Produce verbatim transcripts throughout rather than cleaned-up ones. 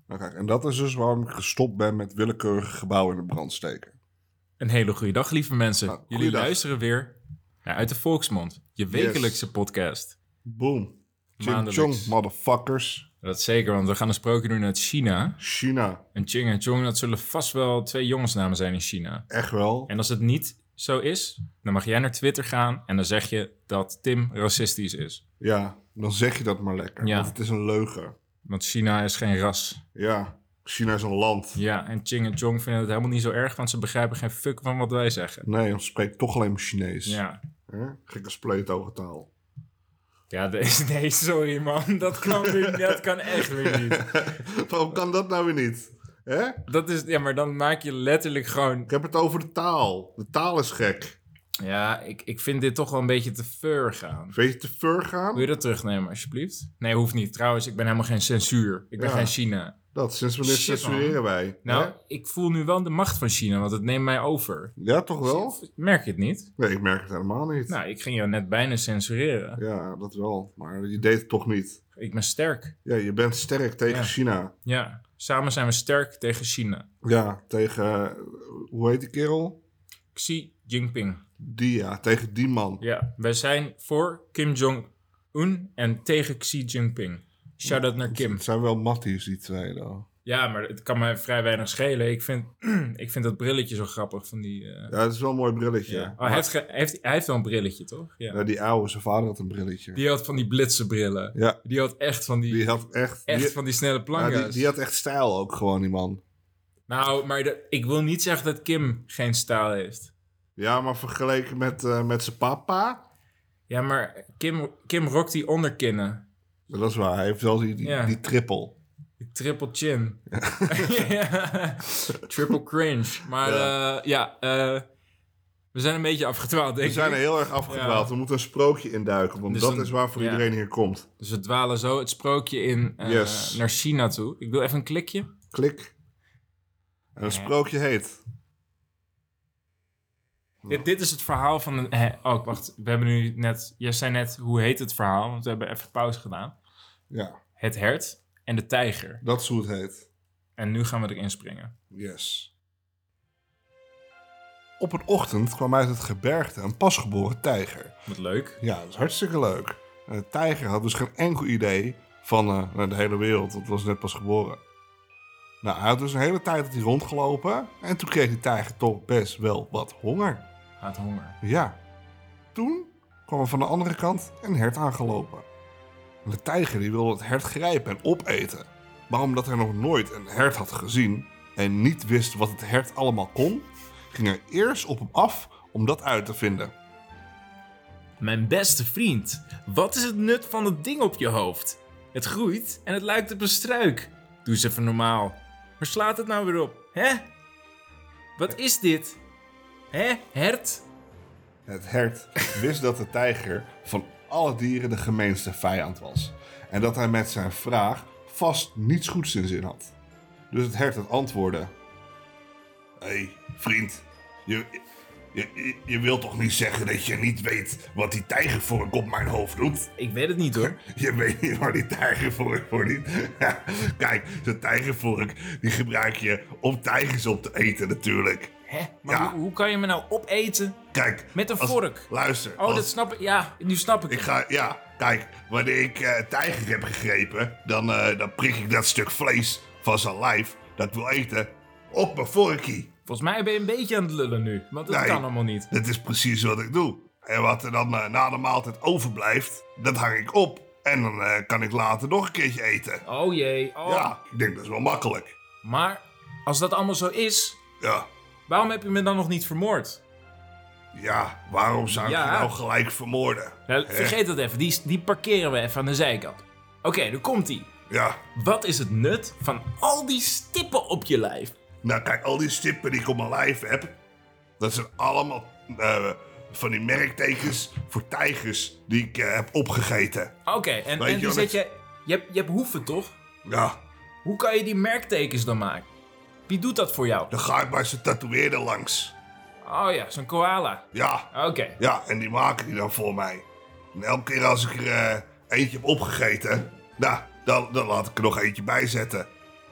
Nou, kijk, en dat is dus waarom ik gestopt ben met willekeurige gebouwen in de brand steken. Een hele goede dag, lieve mensen. Nou, Jullie goeiedag. luisteren weer naar Uit de Volksmond. Je wekelijkse Yes. podcast. Boom. Ching Maandelijks. chong, motherfuckers. Dat zeker, want we gaan een sprookje doen uit China. China. En Ching en Chong, dat zullen vast wel twee jongensnamen zijn in China. Echt wel. En als het niet zo is, dan mag jij naar Twitter gaan en dan zeg je dat Tim racistisch is. Ja, dan zeg je dat maar lekker. Ja. Want het is een leugen. Want China is geen ras. Ja, China is een land. Ja, en Ching en Chong vinden het helemaal niet zo erg, want ze begrijpen geen fuck van wat wij zeggen. Nee, dan spreek ik toch alleen maar Chinees. Ja. Hè? Gekke spleetoogentaal. Ja, deze, nee, sorry man. Dat kan, weer, dat kan echt weer niet. Waarom kan dat nou weer niet? Hè? Dat is, ja, maar dan maak je letterlijk gewoon... Ik heb het over de taal. De taal is gek. Ja, ik, ik vind dit toch wel een beetje te ver gaan. Weet je te ver gaan? Wil je dat terugnemen, alsjeblieft? Nee, hoeft niet. Trouwens, ik ben helemaal geen censuur. Ik ben Ja. geen China. Dat, sinds wanneer Shit, censureren wij? Nou, Hè? ik voel nu wel de macht van China, want het neemt mij over. Ja, toch wel? Merk je het niet? Nee, ik merk het helemaal niet. Nou, ik ging jou net bijna censureren. Ja, dat wel. Maar je deed het toch niet. Ik ben sterk. Ja, je bent sterk tegen Ja. China. Ja, samen zijn we sterk tegen China. Ja, tegen... uh, hoe heet die kerel? Xi Jinping. Die, ja. Tegen die man. Ja, wij zijn voor Kim Jong-un en tegen Xi Jinping. Shout-out naar Kim. Het zijn wel matties, die twee, dan. Ja, maar het kan mij vrij weinig schelen. Ik vind, ik vind dat brilletje zo grappig van die... uh, Ja, het is wel een mooi brilletje. ja. Oh, hij, heeft ge- hij, heeft, hij heeft wel een brilletje, toch? Ja. Ja, die oude, zijn vader had een brilletje. Die had van die blitzenbrillen. Ja, Die had echt van die, die had echt... echt die, van die snelle ja, planken. die, die had echt stijl ook gewoon, die man. Nou, maar de- ik wil niet zeggen dat Kim geen stijl heeft. Ja, maar vergeleken met, uh, met zijn papa... Ja, maar Kim, Kim rokt die onderkinnen. Dat is waar, hij heeft wel die, die, Ja. die triple. Die triple chin. Ja. Triple cringe. Maar ja, ja uh, we zijn een beetje afgedwaald, denk We ik. zijn er heel erg afgedwaald. Ja. We moeten een sprookje induiken, want Dus dat dan- is waarvoor ja. iedereen hier komt. Dus we dwalen zo het sprookje in uh, Yes. naar China toe. Ik doe even een klikje. Klik. En het sprookje heet... Dit, dit is het verhaal van een... eh, oh, wacht. We hebben nu net... Jij zei net, hoe heet het verhaal? Want we hebben even pauze gedaan. Ja, Het hert en de tijger. dat is hoe het heet. En nu gaan we erin springen. Yes. Op een ochtend kwam uit het gebergte een pasgeboren tijger. Wat leuk. Ja, dat is hartstikke leuk. En de tijger had dus geen enkel idee van uh, naar de hele wereld, want het was net pas geboren. Nou, hij had dus een hele tijd had hij rondgelopen en toen kreeg die tijger toch best wel wat honger. Gaat honger. Ja. Toen kwam er van de andere kant een hert aangelopen. En de tijger die wilde het hert grijpen en opeten. Maar omdat hij nog nooit een hert had gezien en niet wist wat het hert allemaal kon, ging hij eerst op hem af om dat uit te vinden. Mijn beste vriend, wat is het nut van het ding op je hoofd? Het groeit en het lijkt op een struik. Doe eens even normaal. Waar slaat het nou weer op? Hè? Wat is dit? Hè, hert? Het hert wist dat de tijger van alle dieren de gemeenste vijand was. En dat hij met zijn vraag vast niets goeds in zin had. Dus het hert het antwoordde. Hé, hey, vriend. Je, je, je, je wilt toch niet zeggen dat je niet weet wat die tijgervork op mijn hoofd doet? Ik weet het niet hoor. Je weet niet waar die tijgervork voor dient. Kijk, de tijgervork die gebruik je om tijgers op te eten natuurlijk. Hè? Maar Ja. hoe, hoe kan je me nou opeten? Kijk. Met een als- vork? Luister. Oh, als- dat snap ik. Ja, nu snap ik Ik het. ga, ja, kijk, wanneer ik uh, tijger heb gegrepen, dan, uh, dan prik ik dat stuk vlees van zijn lijf dat ik wil eten op mijn vorkie. Volgens mij ben je een beetje aan het lullen nu. Want dat Nee. kan allemaal niet. Dat is precies wat ik doe. En wat er dan uh, na de maaltijd overblijft, dat hang ik op. En dan uh, kan ik later nog een keertje eten. Oh jee. Oh. Ja, ik denk dat is wel makkelijk. Maar als dat allemaal zo is, Ja, waarom heb je me dan nog niet vermoord? ja, waarom zou ik Ja. je nou gelijk vermoorden? Nou, Hè? vergeet dat even. Die, die parkeren we even aan de zijkant. Oké, nu komt ie. Ja, Wat is het nut van al die stippen op je lijf? nou kijk, al die stippen die ik op mijn lijf heb, dat zijn allemaal uh, van die merktekens voor tijgers die ik uh, heb opgegeten. Oké, en, Weet en je die wat zet ik- je... Je hebt, je hebt hoeven, toch? Ja, Hoe kan je die merktekens dan maken? Wie doet dat voor jou? dan ga ik bij zijn tatoeëerder langs. Oh ja, zo'n koala. Ja, Oké. ja, en die maken die dan voor mij. En elke keer als ik er uh, eentje heb opgegeten, nou, dan, dan laat ik er nog eentje bij zetten.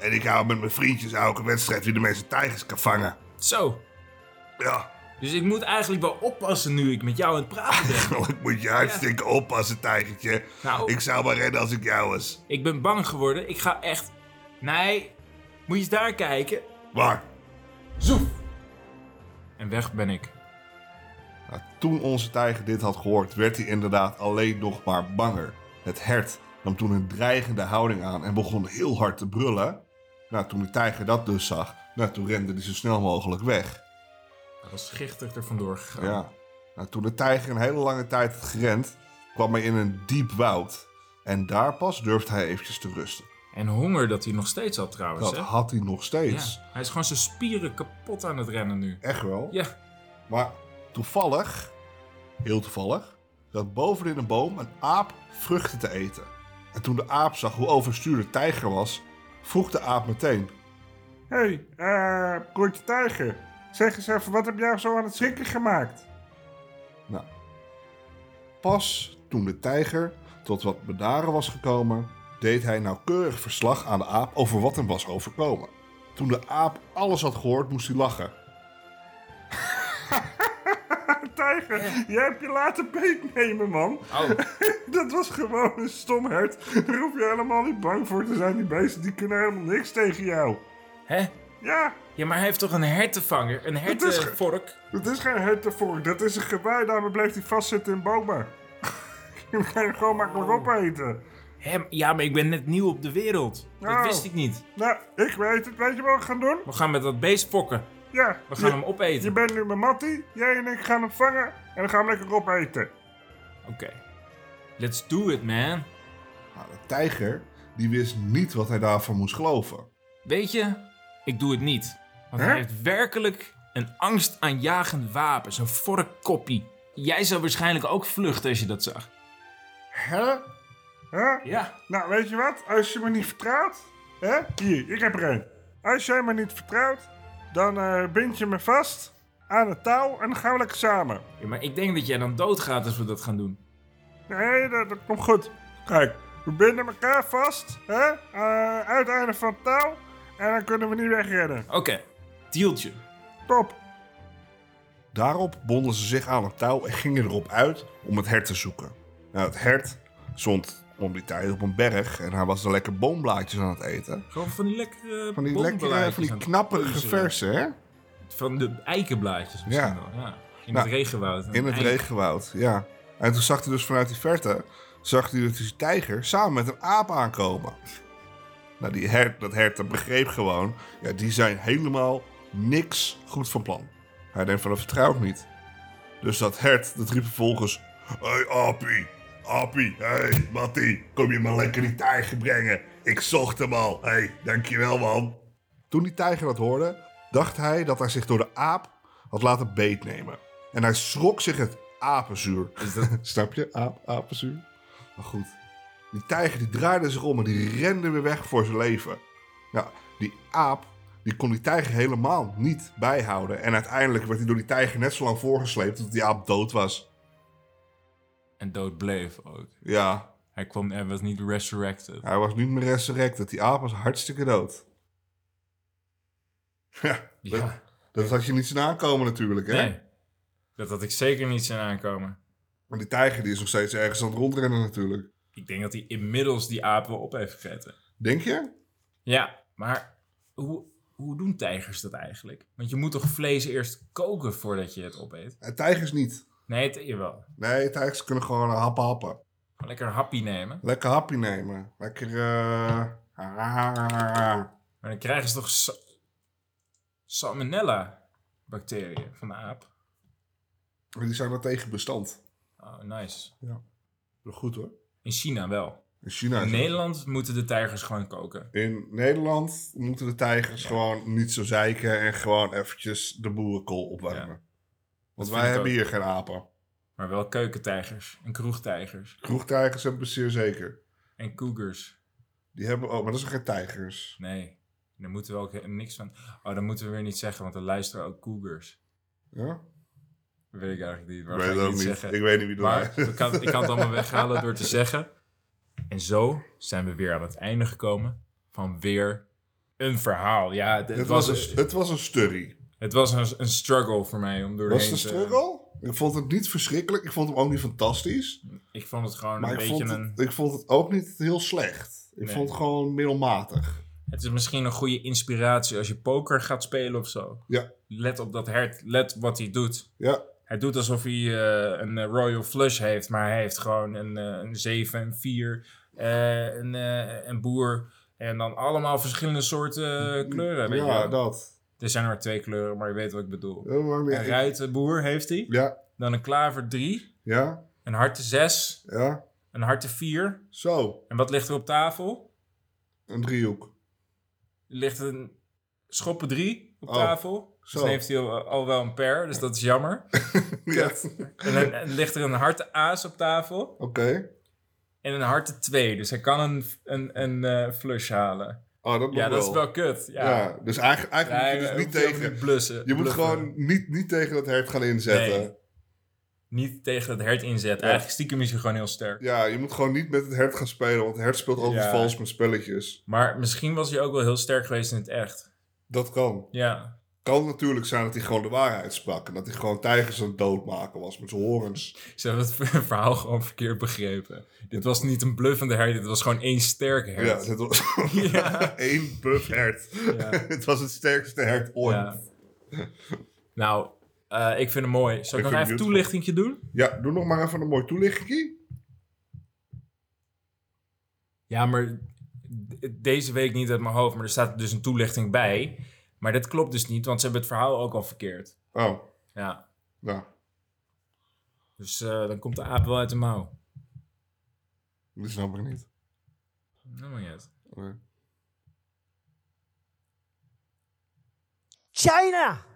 En ik hou met mijn vriendjes elke wedstrijd wie de meeste tijgers kan vangen. Zo. Ja. Dus ik moet eigenlijk wel oppassen nu ik met jou aan het praten ben. Ik moet je hartstikke oppassen, tijgertje. Nou, Ik zou maar rennen als ik jou was. ik ben bang geworden. Ik ga echt... Nee, moet je eens daar kijken. Waar? Zoef. En weg ben ik. Nou, toen onze tijger dit had gehoord, werd hij inderdaad alleen nog maar banger. Het hert nam toen een dreigende houding aan en begon heel hard te brullen. Nou, toen de tijger dat dus zag, nou, toen rende hij zo snel mogelijk weg. Hij was schichtig er vandoor gegaan. Ja. Nou, toen de tijger een hele lange tijd had gerend, kwam hij in een diep woud. En daar pas durfde hij eventjes te rusten. En honger dat hij nog steeds had trouwens, Dat hè? had hij nog steeds. Ja, hij is gewoon zijn spieren kapot aan het rennen nu. Echt wel. Ja. Maar toevallig, heel toevallig, zat bovenin een boom een aap vruchten te eten. En toen de aap zag hoe overstuur de tijger was, vroeg de aap meteen: Hé, hey, uh, broertje tijger, zeg eens even, wat heb jij zo aan het schrikken gemaakt? Nou, pas toen de tijger tot wat bedaren was gekomen, deed hij nauwkeurig verslag aan de aap over wat hem was overkomen. Toen de aap alles had gehoord, moest hij lachen. Tijger, jij hebt je laten beetnemen, man. Oh. Dat was gewoon een stom hert. Daar hoef je helemaal niet bang voor te zijn. Die beesten die kunnen helemaal niks tegen jou. Hè? Ja, Ja, maar hij heeft toch een hertenvanger? Een is ge- hertenvork? dat is geen hertenvork. Dat is een gewei. Daarmee bleef hij vastzitten in bomen. Je kan hem gewoon makkelijk opeten. Hè, ja, maar ik ben net nieuw op de wereld. Dat Oh. wist ik niet. Nou, ik weet het. Weet je wat we gaan doen? We gaan met dat beest fokken. Ja, We gaan je, hem opeten. je bent nu met Mattie. Jij en ik gaan hem vangen. En dan gaan we lekker opeten. Oké. Let's do it, man. Nou, de tijger, die wist niet wat hij daarvan moest geloven. Weet je, ik doe het niet. Want Hè? hij heeft werkelijk een angstaanjagend wapen. Zo'n vorkkoppie. Jij zou waarschijnlijk ook vluchten als je dat zag. Hè? Hè? Ja. Nou, weet je wat? Als je me niet vertrouwt... Hè? Hier, ik heb er een. Als jij me niet vertrouwt, dan eh, bind je me vast aan het touw en dan gaan we lekker samen. Ja, maar ik denk dat jij dan doodgaat als we dat gaan doen. Nee, dat, dat komt goed. Kijk, we binden elkaar vast, hè? Uh, uiteinde van het touw. En dan kunnen we niet wegrennen. Oké, dealtje. Top. Daarop bonden ze zich aan het touw en gingen erop uit om het hert te zoeken. Nou, het hert stond om die tijd op een berg en hij was er lekker boomblaadjes aan het eten. Gewoon van die lekkere Van die lekkere, boomblaadjes van die aan het knapperige peuzelen. verse, hè? Van de eikenblaadjes misschien Ja. wel. Ja. In Nou, het regenwoud. In het Eik. regenwoud, ja. En toen zag hij dus vanuit die verte, zag hij dus die tijger samen met een aap aankomen. Nou, die hert, dat hert dat begreep gewoon, ja, die zijn helemaal niks goed van plan. Hij denkt van, dat vertrouw ik niet. Dus dat hert, dat riep vervolgens, Hé, hey, Appie, Appie, hé, hey, Mattie, kom je maar lekker die tijger brengen? Ik zocht hem al. Hé, hey, dankjewel, man. Toen die tijger dat hoorde, dacht hij dat hij zich door de aap had laten beetnemen. En hij schrok zich het apenzuur. Is dat... Snap je? Aap, apenzuur. Maar goed. Die tijger die draaide zich om en die rende weer weg voor zijn leven. Ja, die aap, die kon die tijger helemaal niet bijhouden. En uiteindelijk werd hij door die tijger net zo lang voorgesleept tot die aap dood was. En dood bleef ook. Ja, Hij, kwam, hij was niet resurrected. hij was niet meer resurrected. Die aap was hartstikke dood. Ja, dat, Ja. dat had je niet zien aankomen natuurlijk, hè? Nee. Dat had ik zeker niet zien aankomen. Maar die tijger die is nog steeds ergens aan het rondrennen natuurlijk. Ik denk dat hij inmiddels die aap wel op heeft gegeten. Denk je? Ja, maar hoe, hoe doen tijgers dat eigenlijk? Want je moet toch vlees eerst koken voordat je het opeet? Eh, Tijgers niet. Nee, het, jawel. Nee, tijgers kunnen gewoon eh, happen happen. Gewoon lekker een happy nemen. Lekker happy nemen. Lekker eh... Maar dan krijgen ze toch sa- salmonella bacteriën van de aap. Die zijn er tegen bestand. Oh, nice. Goed hoor. In China wel. In China In is Nederland moeten de tijgers gewoon koken. In Nederland moeten de tijgers gewoon niet zo zeiken en gewoon eventjes de boerenkool opwarmen. Ja. Want vind wij ik hebben ook. hier geen apen. Maar wel keukentijgers en kroegtijgers Kroegtijgers hebben we zeer zeker. en cougars. Die hebben ook, maar dat zijn geen tijgers. Nee, daar moeten we ook he- niks van... Oh, dat moeten we weer niet zeggen, want er luisteren ook cougars. Ja? Dat weet ik eigenlijk niet. Ik Waar weet ga het ik ook niet niet. zeggen? Ik weet niet wie dat Maar is. ik kan, ik kan het allemaal weghalen door te zeggen. En zo zijn we weer aan het einde gekomen van weer Een verhaal, ja. Het, het Het was, was een, het was een sturry. het was een, een struggle voor mij om doorheen Was het een struggle? Ik vond het niet verschrikkelijk. Ik vond hem ook niet fantastisch. te... Ik vond het gewoon Maar een ik beetje vond, een... het, ik vond het ook niet heel slecht. Ik Nee. vond het gewoon middelmatig. Het is misschien een goede inspiratie als je poker gaat spelen of zo. Ja. Let op dat hert. Let wat hij doet. Ja, Hij doet alsof hij uh, een uh, Royal Flush heeft, maar hij heeft gewoon een, uh, een zeven, een vier, uh, een, uh, een boer. En dan allemaal verschillende soorten kleuren. Weet ja je wel? dat. Er zijn maar twee kleuren, maar je weet wat ik bedoel. Ja, maar nee, Een ik- ruitenboer heeft hij. ja, Dan een klaver drie. ja, Een harten zes. ja. Een harten vier. Zo, En wat ligt er op tafel? een driehoek. Er ligt een schoppen drie op Oh, tafel. Dus zo. dan heeft hij al, al wel een per, dus dat is jammer. Ja. En dan en ligt er een harten aas op tafel. Oké. En een harten twee. Dus hij kan een, een, een uh, flush halen. Oh, dat nog Ja, wel. dat is wel kut. Ja, Ja, dus eigenlijk, eigenlijk Ja, moet je hij dus niet hoeft ook tegen... niet blussen. Je moet bluffen. gewoon niet, niet tegen het hert gaan inzetten. Nee. Niet tegen het hert inzetten. Ja. Eigenlijk stiekem is hij gewoon heel sterk. Ja, je moet gewoon niet met het hert gaan spelen, want het hert speelt altijd Ja. vals met spelletjes. Maar misschien was hij ook wel heel sterk geweest in het echt. Dat kan. Ja. Kan natuurlijk zijn dat hij gewoon de waarheid sprak. En dat hij gewoon tijgers aan het doodmaken was met zijn horens. Ze hebben het verhaal gewoon verkeerd begrepen. Dit was niet een bluffende hert. Dit was gewoon één sterke Ja, hert. dit was Ja. één buff hert. Ja. Het was het sterkste hert ooit. Ja. Nou, uh, ik vind hem mooi. Zal ik, Ik nog vind even een het toelichtingje doen? Ja, doe nog maar even een mooi toelichting. Ja, maar d- deze week niet uit mijn hoofd. Maar er staat dus een toelichting bij. Maar dat klopt dus niet, want ze hebben het verhaal ook al verkeerd. Oh, Ja. nou, Dus uh, dan komt de aap wel uit de mouw. dat snap ik niet. Nou, maar niet uit. Oké. China!